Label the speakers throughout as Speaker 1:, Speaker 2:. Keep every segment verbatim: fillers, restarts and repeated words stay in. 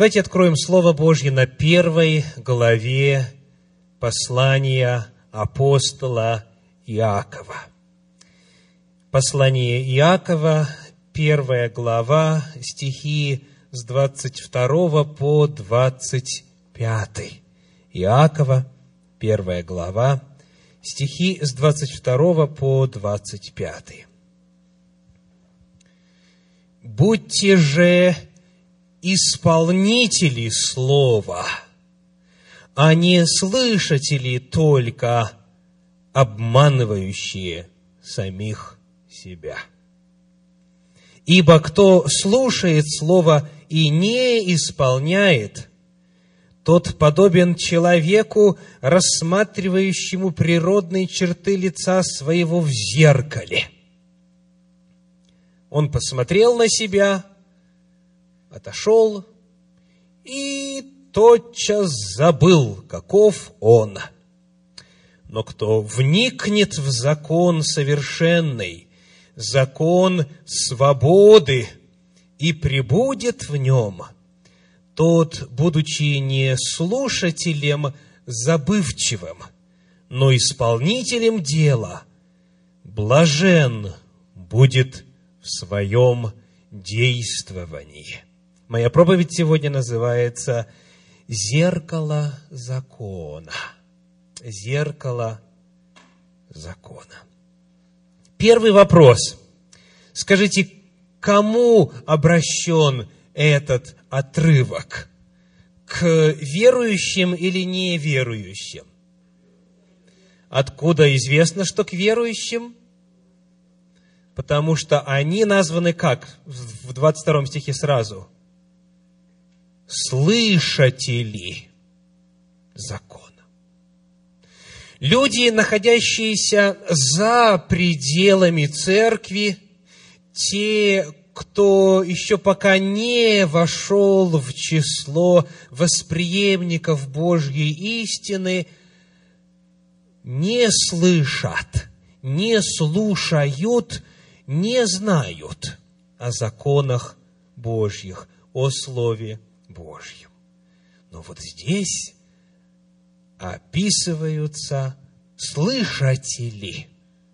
Speaker 1: Давайте откроем Слово Божье на первой главе послания апостола Иакова. Послание Иакова, первая глава, стихи с двадцать второго по двадцать пятый. Иакова, первая глава, стихи с двадцать второго по двадцать пятый. «Будьте же исполнители слова, а не слышатели только, обманывающие самих себя. Ибо кто слушает слово и не исполняет, тот подобен человеку, рассматривающему природные черты лица своего в зеркале. Он посмотрел на себя, отошел и тотчас забыл, каков он. Но кто вникнет в закон совершенный, закон свободы, и пребудет в нем, тот, будучи не слушателем забывчивым, но исполнителем дела, блажен будет в своем действовании». Моя проповедь сегодня называется «Зеркало закона». Зеркало закона. Первый вопрос. Скажите, кому обращен этот отрывок? К верующим или неверующим? Откуда известно, что к верующим? Потому что они названы как? В двадцать втором стихе сразу. Слышатели закона. Люди, находящиеся за пределами церкви, те, кто еще пока не вошел в число восприемников Божьей истины, не слышат, не слушают, не знают о законах Божьих, о Слове Божьем. Но вот здесь описываются слышатели.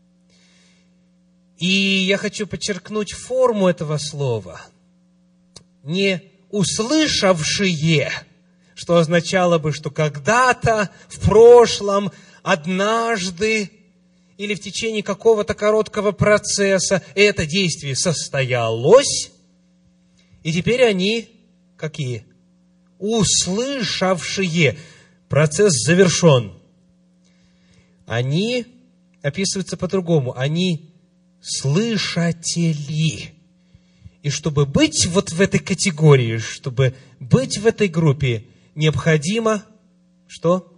Speaker 1: И я хочу подчеркнуть форму этого слова. Не услышавшие, что означало бы, что когда-то, в прошлом, однажды, или в течение какого-то короткого процесса это действие состоялось, и теперь они какие? Услышавшие. Процесс завершен. Они описываются по-другому. Они слышатели. И чтобы быть вот в этой категории, чтобы быть в этой группе, необходимо что?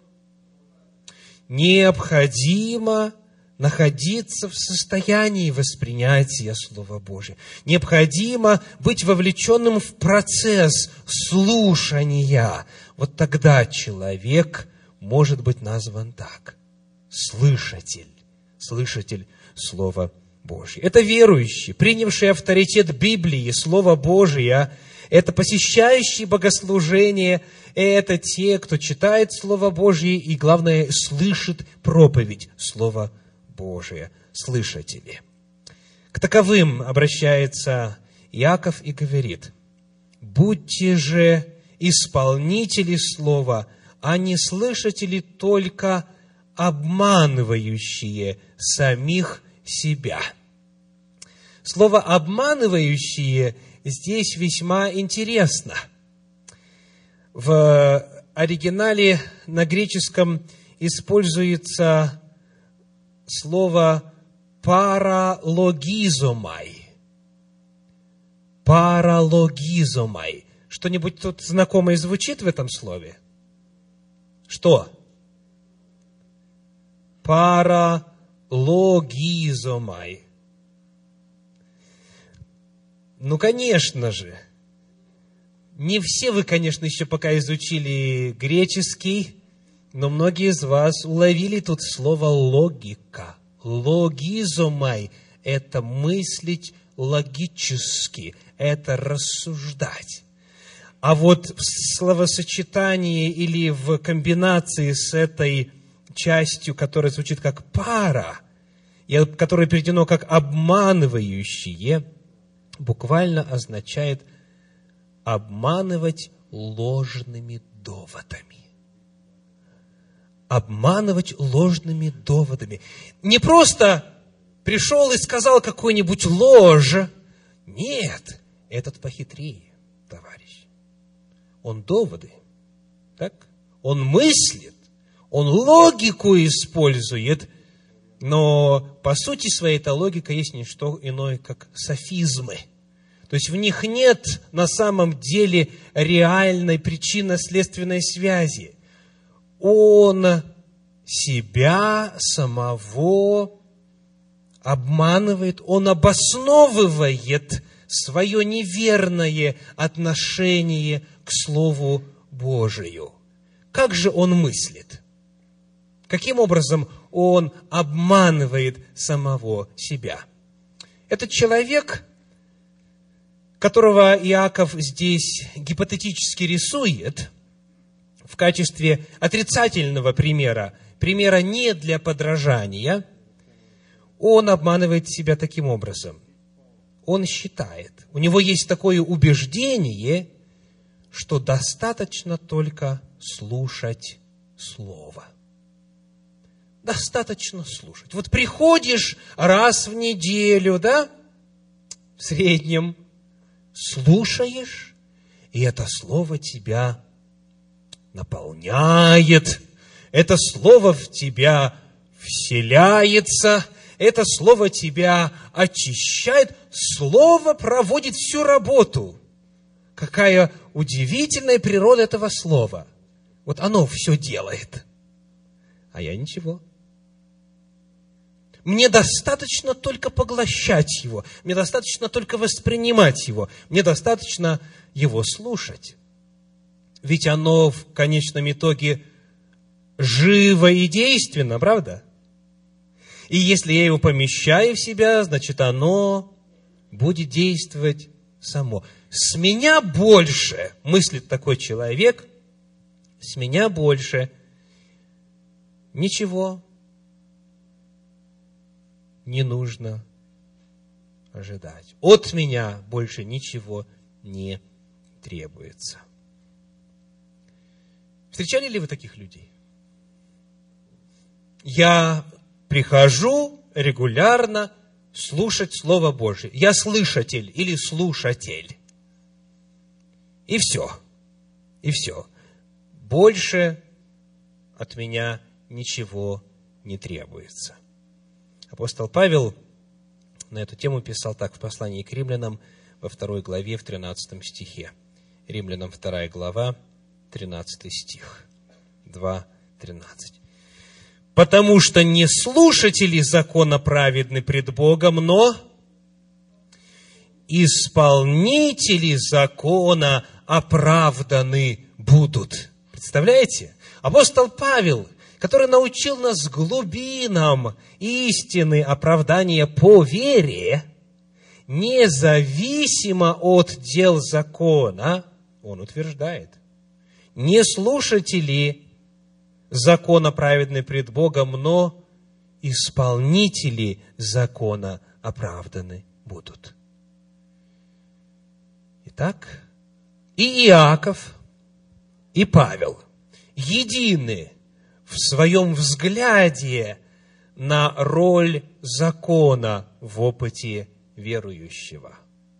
Speaker 1: Необходимо находиться в состоянии воспринятия Слова Божия. Необходимо быть вовлеченным в процесс слушания. Вот тогда человек может быть назван так. Слышатель. Слышатель Слова Божия. Это верующие, принявшие авторитет Библии, Слова Божия. Это посещающие богослужение. Это те, кто читает Слово Божие и, главное, слышит проповедь Слова Божия. Слышатели. К таковым обращается Иаков и говорит: «Будьте же исполнители слова, а не слышатели только, обманывающие самих себя». Слово «обманывающие» здесь весьма интересно. В оригинале на греческом используется слово «паралогизомай». Паралогизомай. Что-нибудь тут знакомое звучит в этом слове? Что? Паралогизомай. Ну, конечно же. Не все вы, конечно, еще пока изучили греческий, но многие из вас уловили тут слово «логика». Логизомай – это мыслить логически, это рассуждать. А вот в словосочетании или в комбинации с этой частью, которая звучит как пара, и которое переведено как обманывающие, буквально означает обманывать ложными доводами. Обманывать ложными доводами. Не просто пришел и сказал какую-нибудь ложь. Нет, этот похитрее, товарищ. Он доводы, так? Он мыслит, он логику использует, но по сути своей эта логика есть не что иное, как софизмы. То есть в них нет на самом деле реальной причинно-следственной связи. Он себя самого обманывает, он обосновывает свое неверное отношение к Слову Божию. Как же он мыслит? Каким образом он обманывает самого себя? Этот человек, которого Иаков здесь гипотетически рисует в качестве отрицательного примера, примера не для подражания, он обманывает себя таким образом. Он считает, у него есть такое убеждение, что достаточно только слушать Слово. Достаточно слушать. Вот приходишь раз в неделю, да, в среднем, слушаешь, и это Слово тебя наполняет, это Слово в тебя вселяется, это Слово тебя очищает, Слово проводит всю работу. Какая удивительная природа этого Слова. Вот оно все делает. А я ничего. Мне достаточно только поглощать его. Мне достаточно только воспринимать его. Мне достаточно его слушать. Ведь оно в конечном итоге живо и действенно, правда? И если я его помещаю в себя, значит, оно будет действовать само. С меня больше, мыслит такой человек, с меня больше ничего не нужно ожидать. От меня больше ничего не требуется. Встречали ли вы таких людей? Я прихожу регулярно слушать Слово Божие. Я слышатель или слушатель. И все. И все. Больше от меня ничего не требуется. Апостол Павел на эту тему писал так в послании к римлянам во второй главе, в тринадцатом стихе. Римлянам вторая глава, тринадцатый стих. два, тринадцать. «Потому что не слушатели закона праведны пред Богом, но исполнители закона оправданы будут». Представляете? Апостол Павел, который научил нас глубинам истины оправдания по вере, независимо от дел закона, он утверждает, не слушатели закона праведны пред Богом, но исполнители закона оправданы будут. Итак, и Иаков, и Павел едины в своем взгляде на роль закона в опыте верующего.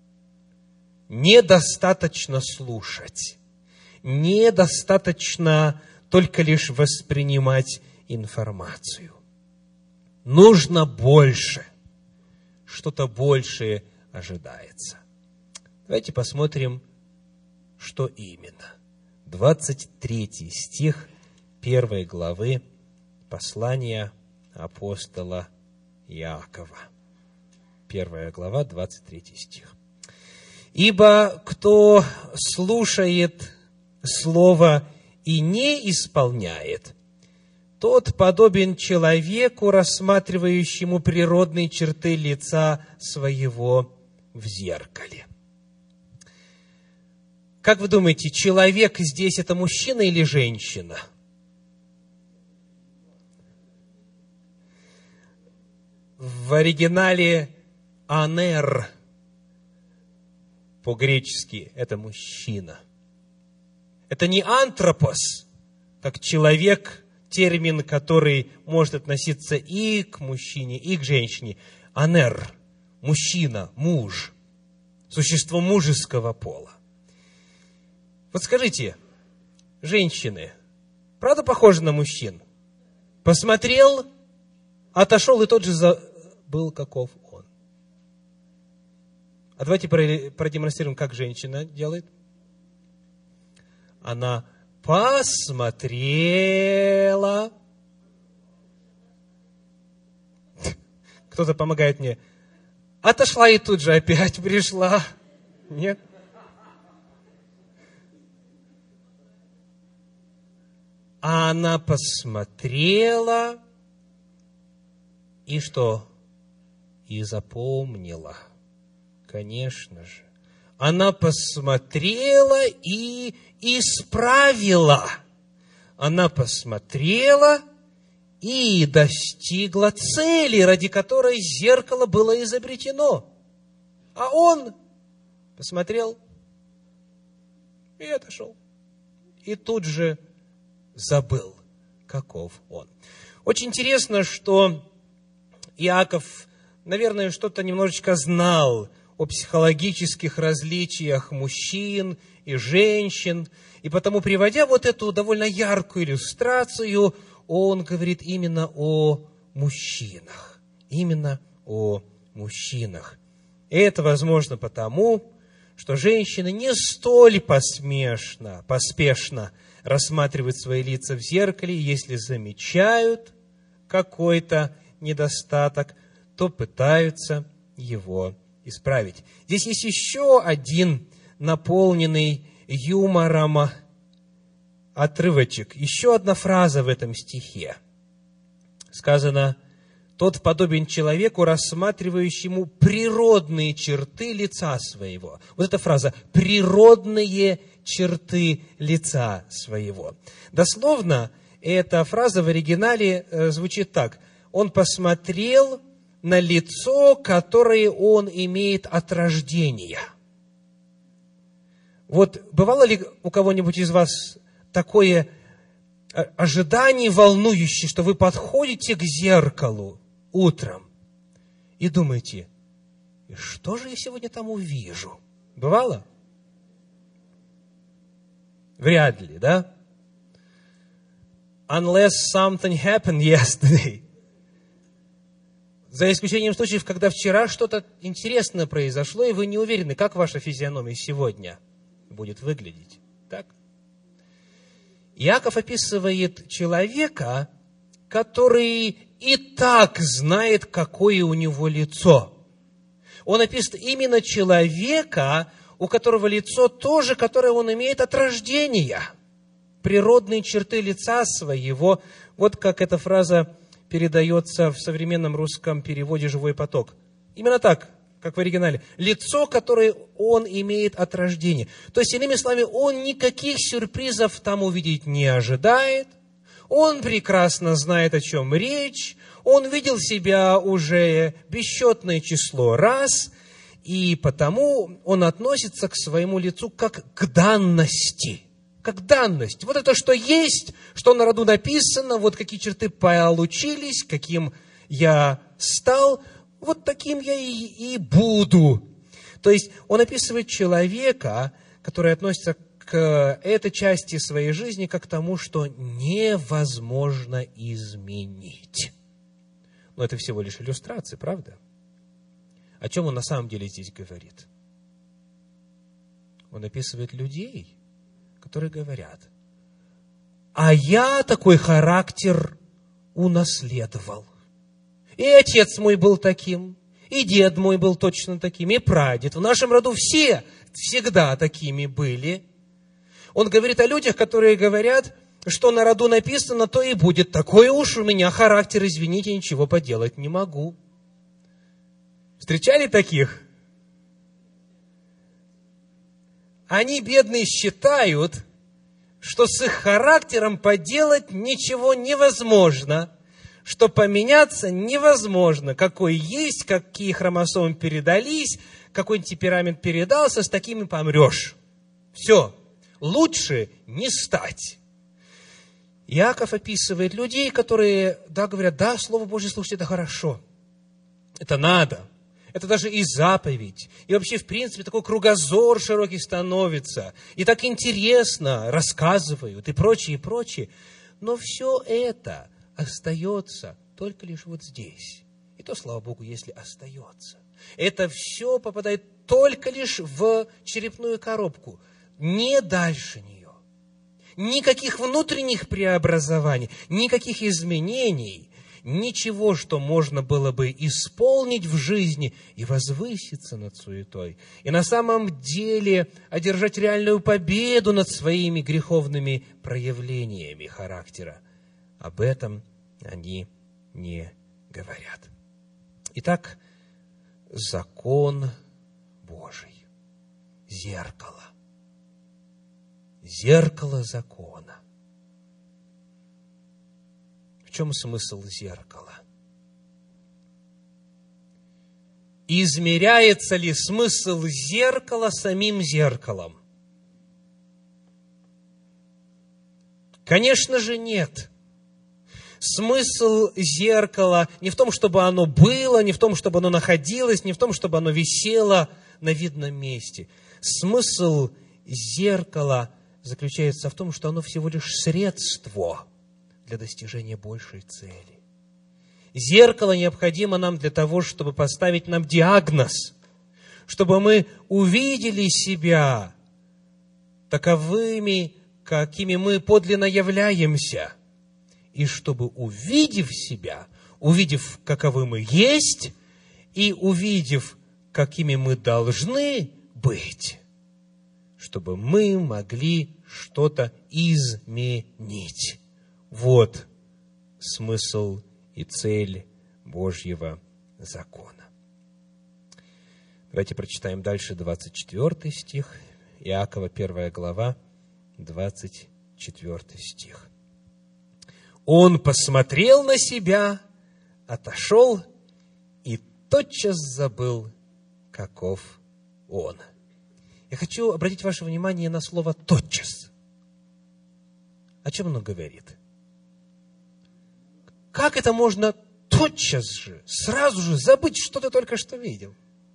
Speaker 1: Недостаточно слушать, недостаточно только лишь воспринимать информацию. Нужно больше, что-то большее ожидается. Давайте посмотрим, что именно. двадцать третий стих первой главы послания апостола Иакова. Первая глава, двадцать третий стих. «Ибо кто слушает слово и не исполняет, тот подобен человеку, рассматривающему природные черты лица своего в зеркале». Как вы думаете, человек здесь это мужчина или женщина? В оригинале анер по-гречески это мужчина. Это не антропос, как человек, термин, который может относиться и к мужчине, и к женщине. Анер – мужчина, муж, существо мужеского пола. Вот скажите, женщины, правда похожи на мужчин? Посмотрел, отошел и тот же забыл, каков он. А давайте продемонстрируем, как женщина делает. Она посмотрела. Кто-то помогает мне. Отошла и тут же опять пришла. Нет? А она посмотрела и что? И запомнила. Конечно же. Она посмотрела и исправила. Она посмотрела и достигла цели, ради которой зеркало было изобретено. А он посмотрел и отошел. И тут же забыл, каков он. Очень интересно, что Иаков, наверное, что-то немножечко знал о психологических различиях мужчин и женщин, и потому, приводя вот эту довольно яркую иллюстрацию, он говорит именно о мужчинах. Именно о мужчинах. И это возможно потому, что женщины не столь посмешно, поспешно рассматривают свои лица в зеркале, и если замечают какой-то недостаток, то пытаются его исправить. Здесь есть еще один наполненный юмором отрывочек, еще одна фраза в этом стихе. Сказано: «Тот подобен человеку, рассматривающему природные черты лица своего». Вот эта фраза «природные черты лица своего». Дословно, эта фраза в оригинале звучит так: «Он посмотрел на лицо, которое он имеет от рождения». Вот бывало ли у кого-нибудь из вас такое ожидание волнующее, что вы подходите к зеркалу утром и думаете: и что же я сегодня там увижу? Бывало? Вряд ли, да? Unless something happened yesterday. За исключением случаев, когда вчера что-то интересное произошло, и вы не уверены, как ваша физиономия сегодня будет выглядеть. Так? Иаков описывает человека, который и так знает, какое у него лицо. Он описывает именно человека, у которого лицо то же, которое он имеет от рождения. Природные черты лица своего. Вот как эта фраза передается в современном русском переводе «Живой поток». Именно так, как в оригинале. Лицо, которое он имеет от рождения. То есть, иными словами, он никаких сюрпризов там увидеть не ожидает. Он прекрасно знает, о чем речь. Он видел себя уже бесчетное число раз. И потому он относится к своему лицу как к данности. Как данность. Вот это, что есть, что на роду написано, вот какие черты получились, каким я стал, вот таким я и, и буду. То есть он описывает человека, который относится к этой части своей жизни как к тому, что невозможно изменить. Но это всего лишь иллюстрация, правда? О чем он на самом деле здесь говорит? Он описывает людей, которые говорят: а я такой характер унаследовал. И отец мой был таким, и дед мой был точно таким, и прадед. В нашем роду все всегда такими были. Он говорит о людях, которые говорят, что на роду написано, то и будет. Такой уж у меня характер, извините, ничего поделать не могу. Встречали таких? они, бедные, считают, что с их характером поделать ничего невозможно, что поменяться невозможно. Какой есть, какие хромосомы передались, какой темперамент передался, с таким и помрешь. Все. Лучше не стать. Иаков описывает людей, которые, да, говорят, да, Слово Божье слушать это хорошо. Это надо. Это даже и заповедь. И вообще, в принципе, такой кругозор широкий становится. И так интересно рассказывают, и прочее, и прочее. Но все это остается только лишь вот здесь. И то, слава Богу, если остается. Это все попадает только лишь в черепную коробку. Не дальше нее. Никаких внутренних преобразований, никаких изменений, ничего, что можно было бы исполнить в жизни и возвыситься над суетой. И на самом деле одержать реальную победу над своими греховными проявлениями характера. Об этом они не говорят. Итак, закон Божий, зеркало. Зеркало закона. В чем смысл зеркала? Измеряется ли смысл зеркала самим зеркалом? Конечно же, нет. Смысл зеркала не в том, чтобы оно было, не в том, чтобы оно находилось, не в том, чтобы оно висело на видном месте. Смысл зеркала заключается в том, что оно всего лишь средство для достижения большей цели. Зеркало необходимо нам для того, чтобы поставить нам диагноз, чтобы мы увидели себя таковыми, какими мы подлинно являемся, и чтобы, увидев себя, увидев, каковы мы есть, и увидев, какими мы должны быть, чтобы мы могли что-то изменить. Вот смысл и цель Божьего закона. Давайте прочитаем дальше двадцать четвёртый стих, Иакова, первая глава, двадцать четвёртый стих. Он посмотрел на себя, отошел и тотчас забыл, каков он. Я хочу обратить ваше внимание на слово «тотчас». О чем оно говорит? Как это можно тотчас же, сразу же забыть, что ты только что видел?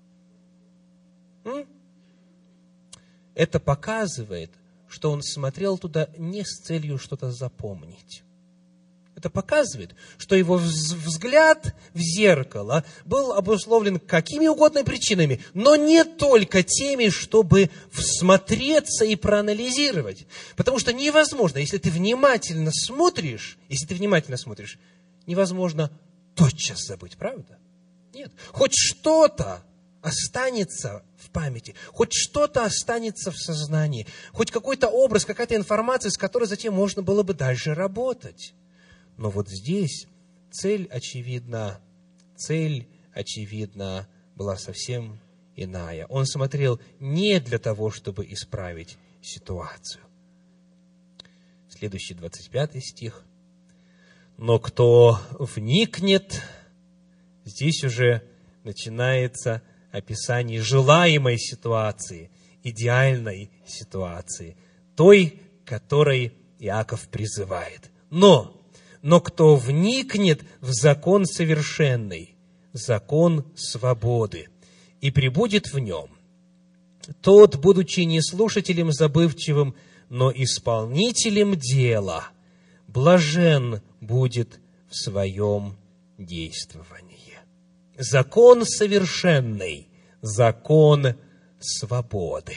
Speaker 1: М? Это показывает, что он смотрел туда не с целью что-то запомнить. Это показывает, что его взгляд в зеркало был обусловлен какими угодно причинами, но не только теми, чтобы всмотреться и проанализировать. Потому что невозможно, если ты внимательно смотришь, если ты внимательно смотришь, невозможно тотчас забыть, правда? Нет. Хоть что-то останется в памяти, хоть что-то останется в сознании, хоть какой-то образ, какая-то информация, с которой затем можно было бы дальше работать. Но вот здесь цель, очевидно, цель, очевидно, была совсем иная. Он смотрел не для того, чтобы исправить ситуацию. Следующий двадцать пятый стих. Но кто вникнет, здесь уже начинается описание желаемой ситуации, идеальной ситуации, той, которой Иаков призывает. Но, но кто вникнет в закон совершенный, закон свободы, и пребудет в нем, тот, будучи не слушателем забывчивым, но исполнителем дела, блажен будет в своем действовании. Закон совершенный, закон свободы.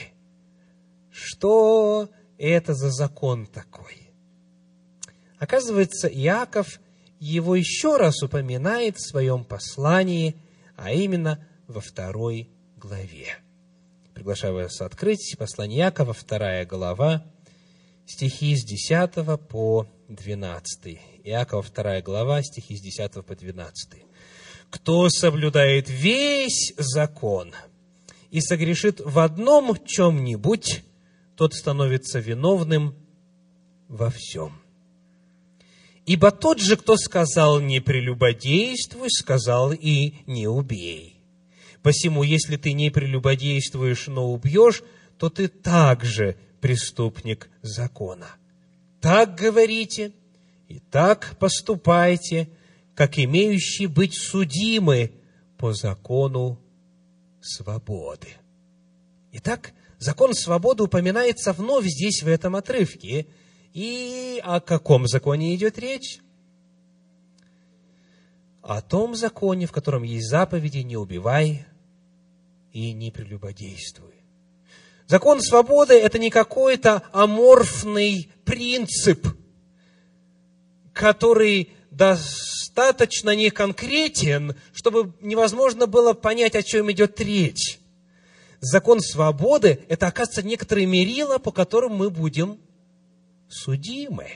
Speaker 1: Что это за закон такой? Оказывается, Иаков его еще раз упоминает в своем послании, а именно во второй главе. Приглашаю вас открыть послание Иакова, вторая глава, стихи с десятого по двенадцатый. Иакова, вторая глава, стихи с десятого по двенадцатый. «Кто соблюдает весь закон и согрешит в одном чем-нибудь, тот становится виновным во всем. Ибо тот же, кто сказал «не прелюбодействуй», сказал и «не убей». Посему, если ты не прелюбодействуешь, но убьешь, то ты также преступник закона. Так говорите и так поступайте, как имеющие быть судимы по закону свободы. Итак, закон свободы упоминается вновь здесь, в этом отрывке. И о каком законе идет речь? О том законе, в котором есть заповеди «не убивай» и «не прелюбодействуй». Закон свободы – это не какой-то аморфный принцип, который достаточно неконкретен, чтобы невозможно было понять, о чем идет речь. Закон свободы – это, оказывается, некоторые мерила, по которым мы будем судимы.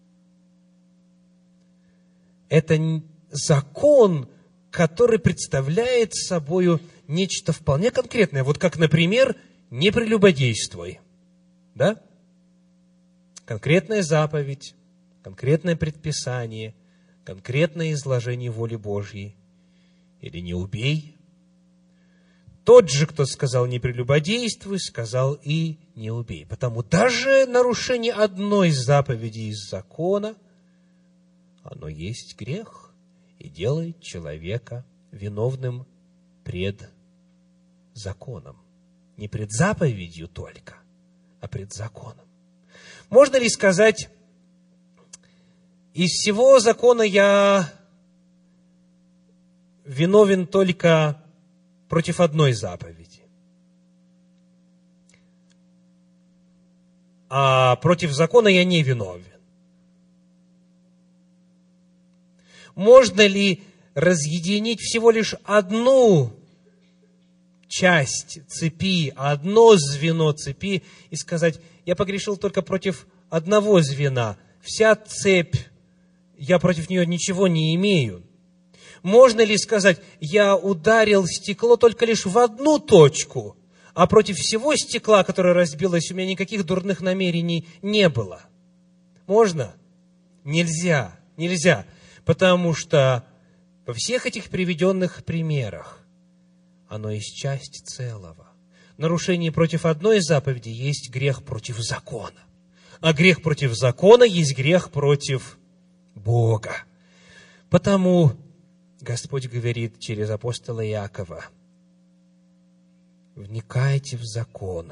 Speaker 1: Это закон, который представляет собой нечто вполне конкретное. Вот как, например, «не прелюбодействуй». Да? Конкретная заповедь, конкретное предписание, конкретное изложение воли Божьей. Или «не убей». Тот же, кто сказал «не прелюбодействуй», сказал и «не убей». Потому даже нарушение одной из заповедей из закона, оно есть грех и делает человека виновным пред законом. Не пред заповедью только, а пред законом. Можно ли сказать, из всего закона я виновен только против одной заповеди, а против закона я не виновен? Можно ли разъединить всего лишь одну часть цепи, одно звено цепи и сказать, я погрешил только против одного звена, вся цепь, я против нее ничего не имею? Можно ли сказать, я ударил стекло только лишь в одну точку, а против всего стекла, которое разбилось, у меня никаких дурных намерений не было? Можно? Нельзя. Нельзя. Потому что во всех этих приведенных примерах оно есть часть целого. Нарушение против одной заповеди есть грех против закона. А грех против закона есть грех против Бога. Потому Господь говорит через апостола Иакова: вникайте в закон,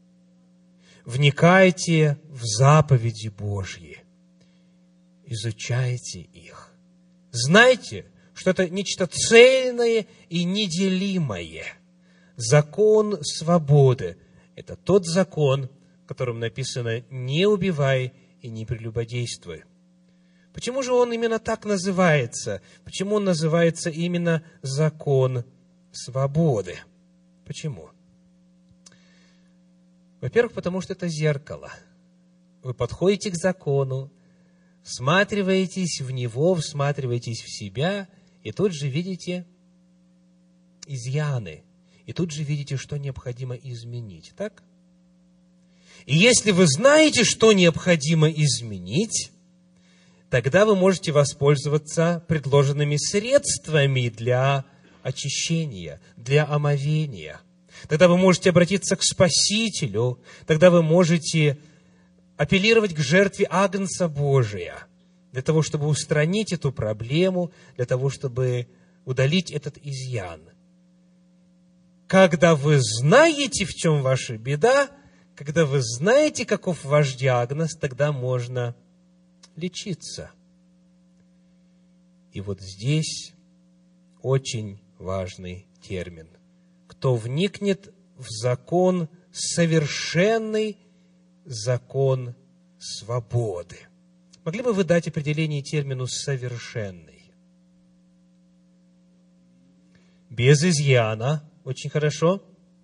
Speaker 1: вникайте в заповеди Божьи, изучайте их. Знайте, что это нечто цельное и неделимое. Закон свободы – это тот закон, в котором написано «не убивай и не прелюбодействуй». Почему же он именно так называется? Почему он называется именно закон свободы? Почему? Во-первых, потому что это зеркало. Вы подходите к закону, всматриваетесь в него, всматриваетесь в себя, и тут же видите изъяны, и тут же видите, что необходимо изменить. Так? И если вы знаете, что необходимо изменить, тогда вы можете воспользоваться предложенными средствами для очищения, для омовения. Тогда вы можете обратиться к Спасителю, тогда вы можете апеллировать к жертве Агнца Божия, для того, чтобы устранить эту проблему, для того, чтобы удалить этот изъян. Когда вы знаете, в чем ваша беда, когда вы знаете, каков ваш диагноз, тогда можно лечиться. И вот здесь очень важный термин. Кто вникнет в закон совершенный, закон свободы. Могли бы вы дать определение термину «совершенный»? Без изъяна. Очень хорошо.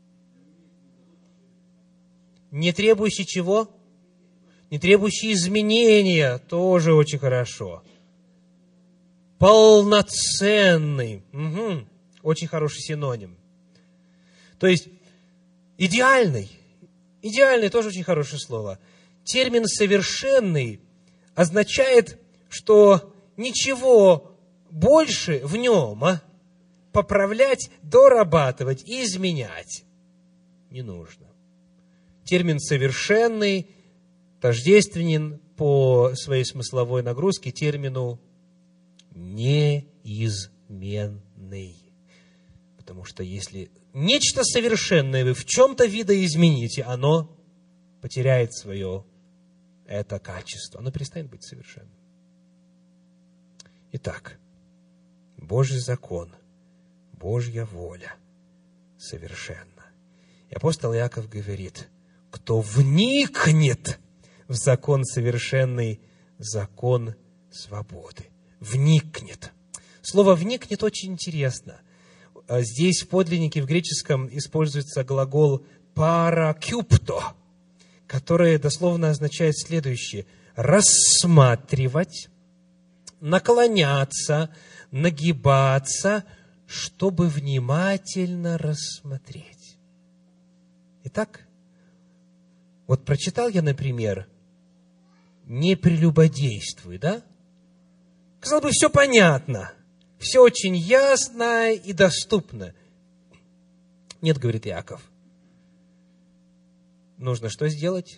Speaker 1: Не требующий чего? Не требующий изменения. Тоже очень хорошо. Полноценный. Угу. Очень хороший синоним. То есть, идеальный. идеальный тоже очень хорошее слово. Термин «совершенный» означает, что ничего больше в нем а, поправлять, дорабатывать, изменять не нужно. Термин «совершенный» тождественен по своей смысловой нагрузке термину «неизменный». Потому что если нечто совершенное вы в чем-то видоизмените, оно потеряет свое это качество. Оно перестанет быть совершенным. Итак, Божий закон, Божья воля совершенна. И апостол Иаков говорит, кто вникнет в закон совершенный, закон свободы. Вникнет. Слово «вникнет» очень интересно. Здесь в подлиннике в греческом используется глагол «паракюпто», который дословно означает следующее. Рассматривать, наклоняться, нагибаться, чтобы внимательно рассмотреть. Итак, вот прочитал я, например, «не прелюбодействуй», да? Казалось бы, все понятно, все очень ясно и доступно. Нет, говорит Иаков. Нужно что сделать?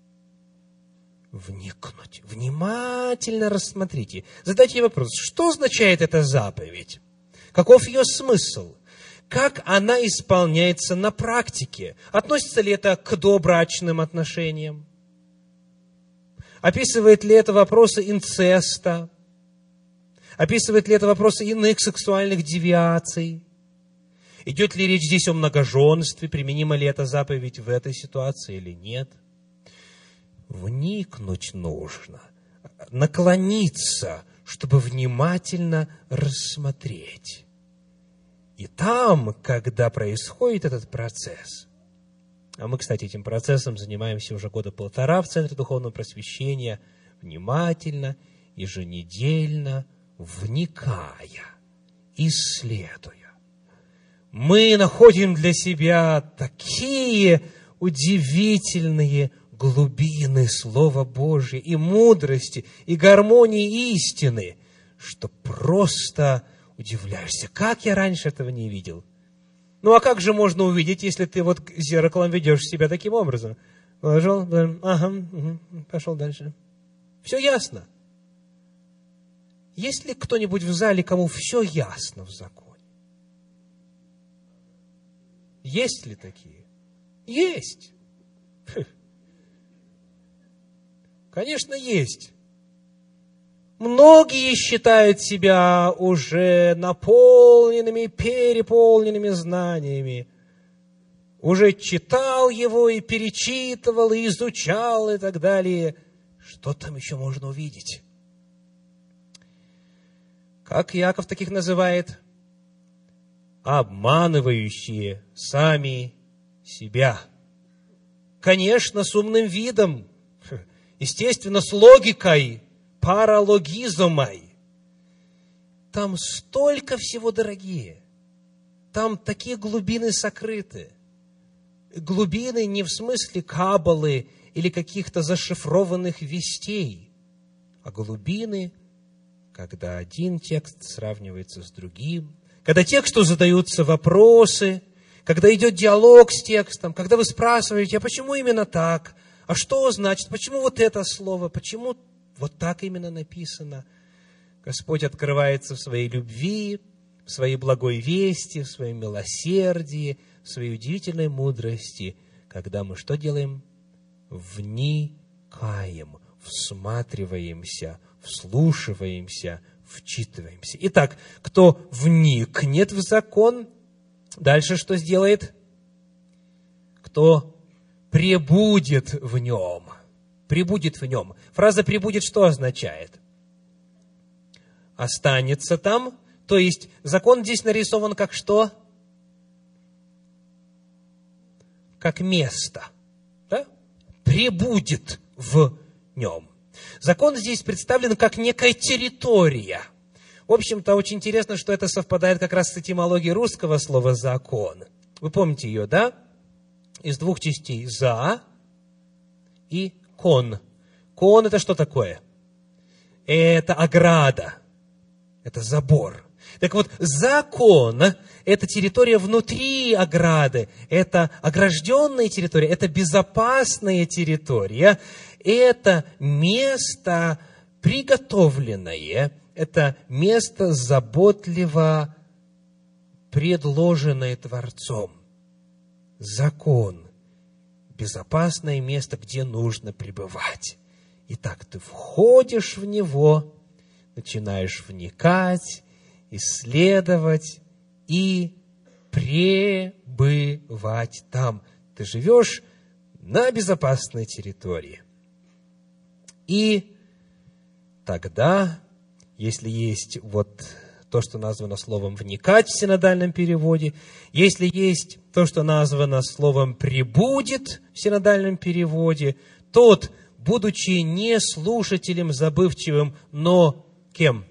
Speaker 1: Вникнуть. Внимательно рассмотрите. Задайте вопрос, что означает эта заповедь? Каков ее смысл? Как она исполняется на практике? Относится ли это к добрачным отношениям? Описывает ли это вопросы инцеста? Описывает ли это вопросы иных сексуальных девиаций? Идет ли речь здесь о многоженстве? Применима ли эта заповедь в этой ситуации или нет? Вникнуть нужно, наклониться, чтобы внимательно рассмотреть. И там, когда происходит этот процесс, а мы, кстати, этим процессом занимаемся уже года полтора в Центре Духовного Просвещения, внимательно, еженедельно, вникая, исследуя, мы находим для себя такие удивительные глубины Слова Божия и мудрости, и гармонии истины, что просто удивляешься. Как я раньше этого не видел? Ну, а как же можно увидеть, если ты вот зеркалом ведешь себя таким образом? Положил, ага, угу, пошел дальше. Все ясно. Есть ли кто-нибудь в зале, кому все ясно в законе? Есть ли такие? Есть. Конечно, есть. Многие считают себя уже наполненными, переполненными знаниями. Уже читал его и перечитывал, и изучал, и так далее. Что там еще можно увидеть? Как Иаков таких называет? Обманывающие сами себя. Конечно, с умным видом. Естественно, с логикой, паралогизмой. Там столько всего, дорогие. Там такие глубины сокрыты. Глубины не в смысле каббалы или каких-то зашифрованных вестей, а глубины, когда один текст сравнивается с другим, когда тексту задаются вопросы, когда идет диалог с текстом, когда вы спрашиваете, а почему именно так? А что значит? Почему вот это слово? Почему вот так именно написано? Господь открывается в своей любви, в своей благой вести, в своем милосердии, в своей удивительной мудрости, когда мы что делаем? Вникаем, всматриваемся, вслушиваемся, вчитываемся. Итак, кто вникнет в закон, дальше что сделает? Кто пребудет в нем. Пребудет в нем. Фраза «пребудет» что означает? Останется там. То есть, закон здесь нарисован как что? Как место. Да? Пребудет в нем. Закон здесь представлен как некая территория. В общем-то, очень интересно, что это совпадает как раз с этимологией русского слова «закон». Вы помните ее, да? Из двух частей «за» и кон. Кон – это что такое? Это ограда, это забор. Так вот, закон – это территория внутри ограды, это огражденная территория, это безопасная территория, это место приготовленное, это место заботливо предложенное Творцом. Закон – безопасное место, где нужно пребывать. Итак, ты входишь в него, начинаешь вникать, исследовать и пребывать там. Ты живешь на безопасной территории. И тогда, если есть вот то, что названо словом «вникать» в синодальном переводе, если есть то, что названо словом «пребудет» в синодальном переводе, тот, будучи не слушателем забывчивым, но кем?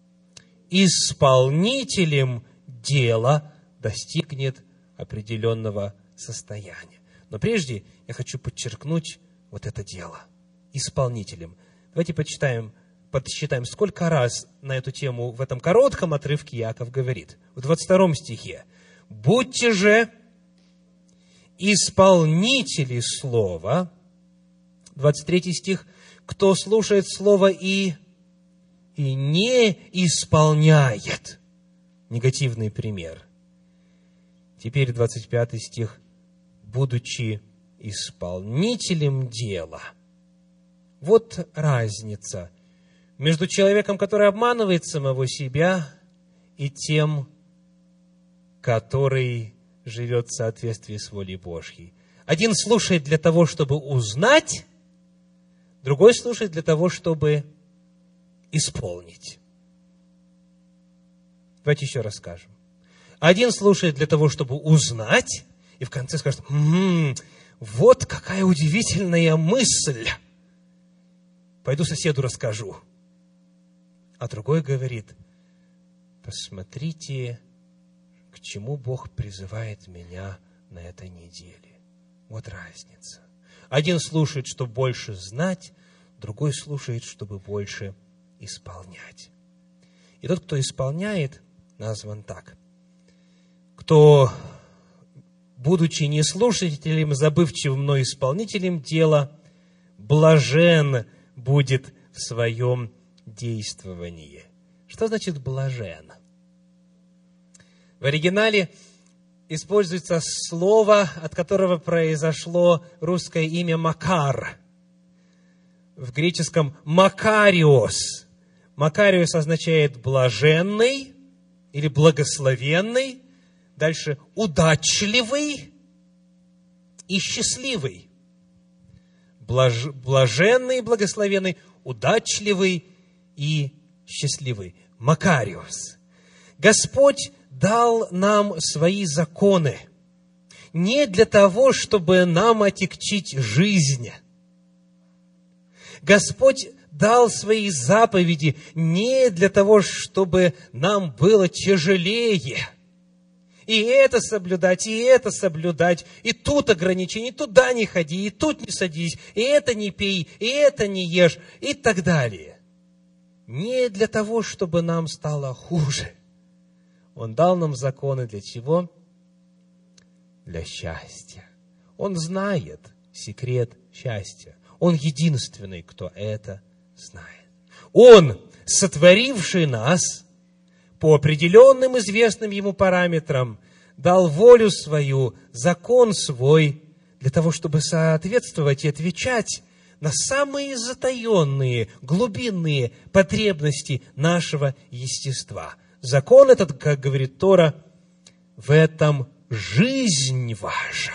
Speaker 1: Исполнителем дела, достигнет определенного состояния. Но прежде я хочу подчеркнуть вот это дело. Исполнителем. Давайте почитаем, подсчитаем, сколько раз на эту тему в этом коротком отрывке Иаков говорит. В двадцать втором стихе. «Будьте же исполнители слова». двадцать третий стих. «Кто слушает слово и, и не исполняет». Негативный пример. Теперь двадцать пятый стих. «Будучи исполнителем дела». Вот разница между человеком, который обманывает самого себя, и тем, который живет в соответствии с волей Божьей. Один слушает для того, чтобы узнать, другой слушает для того, чтобы исполнить. Давайте еще раз скажем. Один слушает для того, чтобы узнать, и в конце скажет: «М-м, вот какая удивительная мысль! Пойду соседу расскажу». А другой говорит: посмотрите, к чему Бог призывает меня на этой неделе. Вот разница. Один слушает, чтобы больше знать, другой слушает, чтобы больше исполнять. И тот, кто исполняет, назван так. Кто, будучи не слушателем забывчивым, но исполнителем дела, блажен будет в своем действовании. Что значит блажен? В оригинале используется слово, от которого произошло русское имя Макар. В греческом Макариос. Макариос означает блаженный или благословенный. Дальше удачливый и счастливый. Блаж... Блаженный, благословенный, удачливый и счастливый. Макариос. Господь дал нам свои законы не для того, чтобы нам отягчить жизнь. Господь дал свои заповеди не для того, чтобы нам было тяжелее. И это соблюдать, и это соблюдать, и тут ограничения, и туда не ходи, и тут не садись, и это не пей, и это не ешь, и так далее. Не для того, чтобы нам стало хуже. Он дал нам законы для чего? Для счастья. Он знает секрет счастья. Он единственный, кто это знает. Он, сотворивший нас, по определенным известным ему параметрам, дал волю свою, закон свой, для того, чтобы соответствовать и отвечать на самые затаенные, глубинные потребности нашего естества. Закон этот, как говорит Тора, в этом жизнь ваша.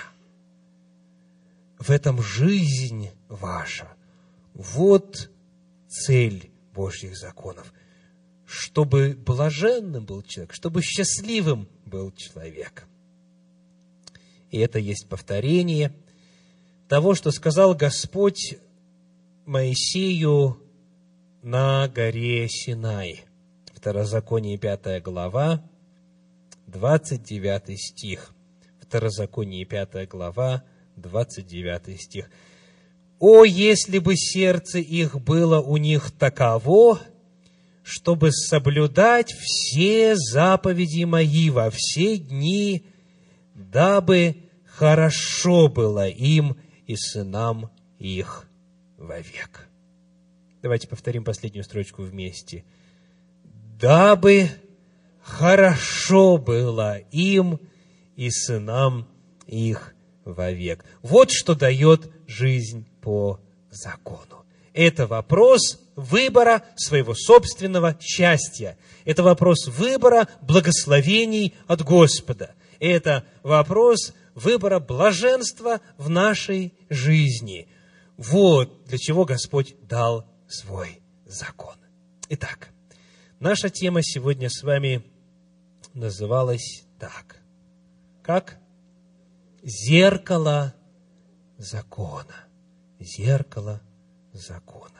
Speaker 1: В этом жизнь ваша. Вот цель Божьих законов. Чтобы блаженным был человек, чтобы счастливым был человек. И это есть повторение того, что сказал Господь Моисею на горе Синай. Второзаконие, пятая глава, двадцать девятый стих. Второзаконие, пятая глава, двадцать девятый стих. О, если бы сердце их было у них таково, чтобы соблюдать все заповеди мои во все дни, дабы хорошо было им и сынам их вовек». Давайте повторим последнюю строчку вместе. «Дабы хорошо было им и сынам их вовек». Вот что дает жизнь по закону. Это вопрос выбора своего собственного счастья. Это вопрос выбора благословений от Господа. Это вопрос выбора блаженства в нашей жизни. Вот для чего Господь дал свой закон. Итак, наша тема сегодня с вами называлась так. Как? Зеркало закона. Зеркало закона.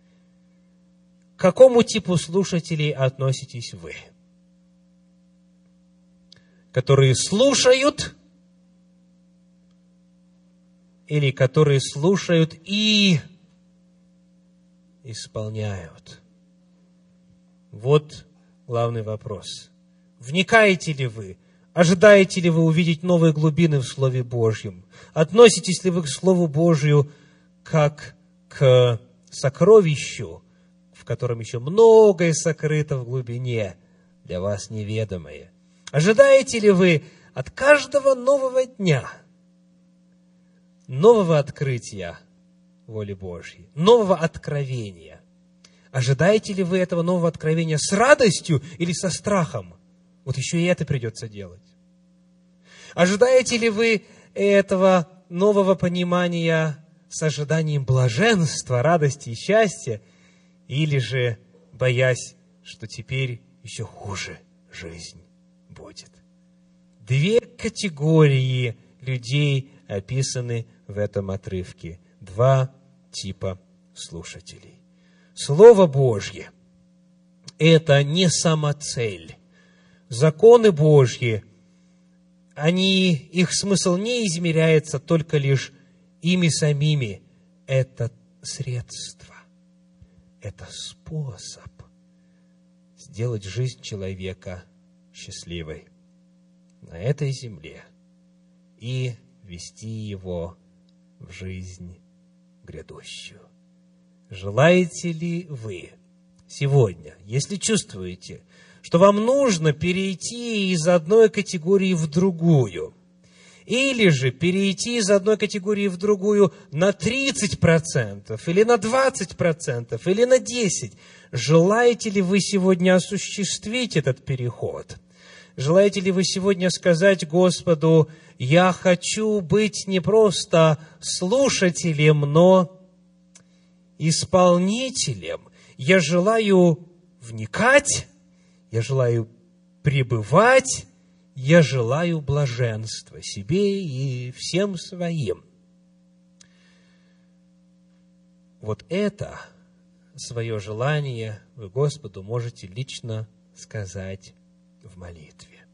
Speaker 1: К какому типу слушателей относитесь вы? Которые слушают или которые слушают и исполняют? Вот главный вопрос. Вникаете ли вы? Ожидаете ли вы увидеть новые глубины в Слове Божьем? Относитесь ли вы к Слову Божию как к сокровищу, в котором еще многое сокрыто в глубине, для вас неведомое? Ожидаете ли вы от каждого нового дня нового открытия воли Божьей, нового откровения? Ожидаете ли вы этого нового откровения с радостью или со страхом? Вот еще и это придется делать. Ожидаете ли вы этого нового понимания с ожиданием блаженства, радости и счастья, или же боясь, что теперь еще хуже жизнь будет? Две категории людей описаны в этом отрывке. Два типа слушателей. Слово Божье – это не самоцель. Законы Божьи, они, их смысл не измеряется только лишь ими самими. Это средство, это способ сделать жизнь человека счастливой на этой земле и вести его в жизнь грядущую. Желаете ли вы сегодня, если чувствуете, что вам нужно перейти из одной категории в другую, или же перейти из одной категории в другую на тридцать процентов, или на двадцать процентов, или на десять процентов, желаете ли вы сегодня осуществить этот переход? Желаете ли вы сегодня сказать Господу: «Я хочу быть не просто слушателем, но исполнителем. Я желаю вникать, я желаю пребывать, я желаю блаженства себе и всем своим». Вот это свое желание вы Господу можете лично сказать в молитве.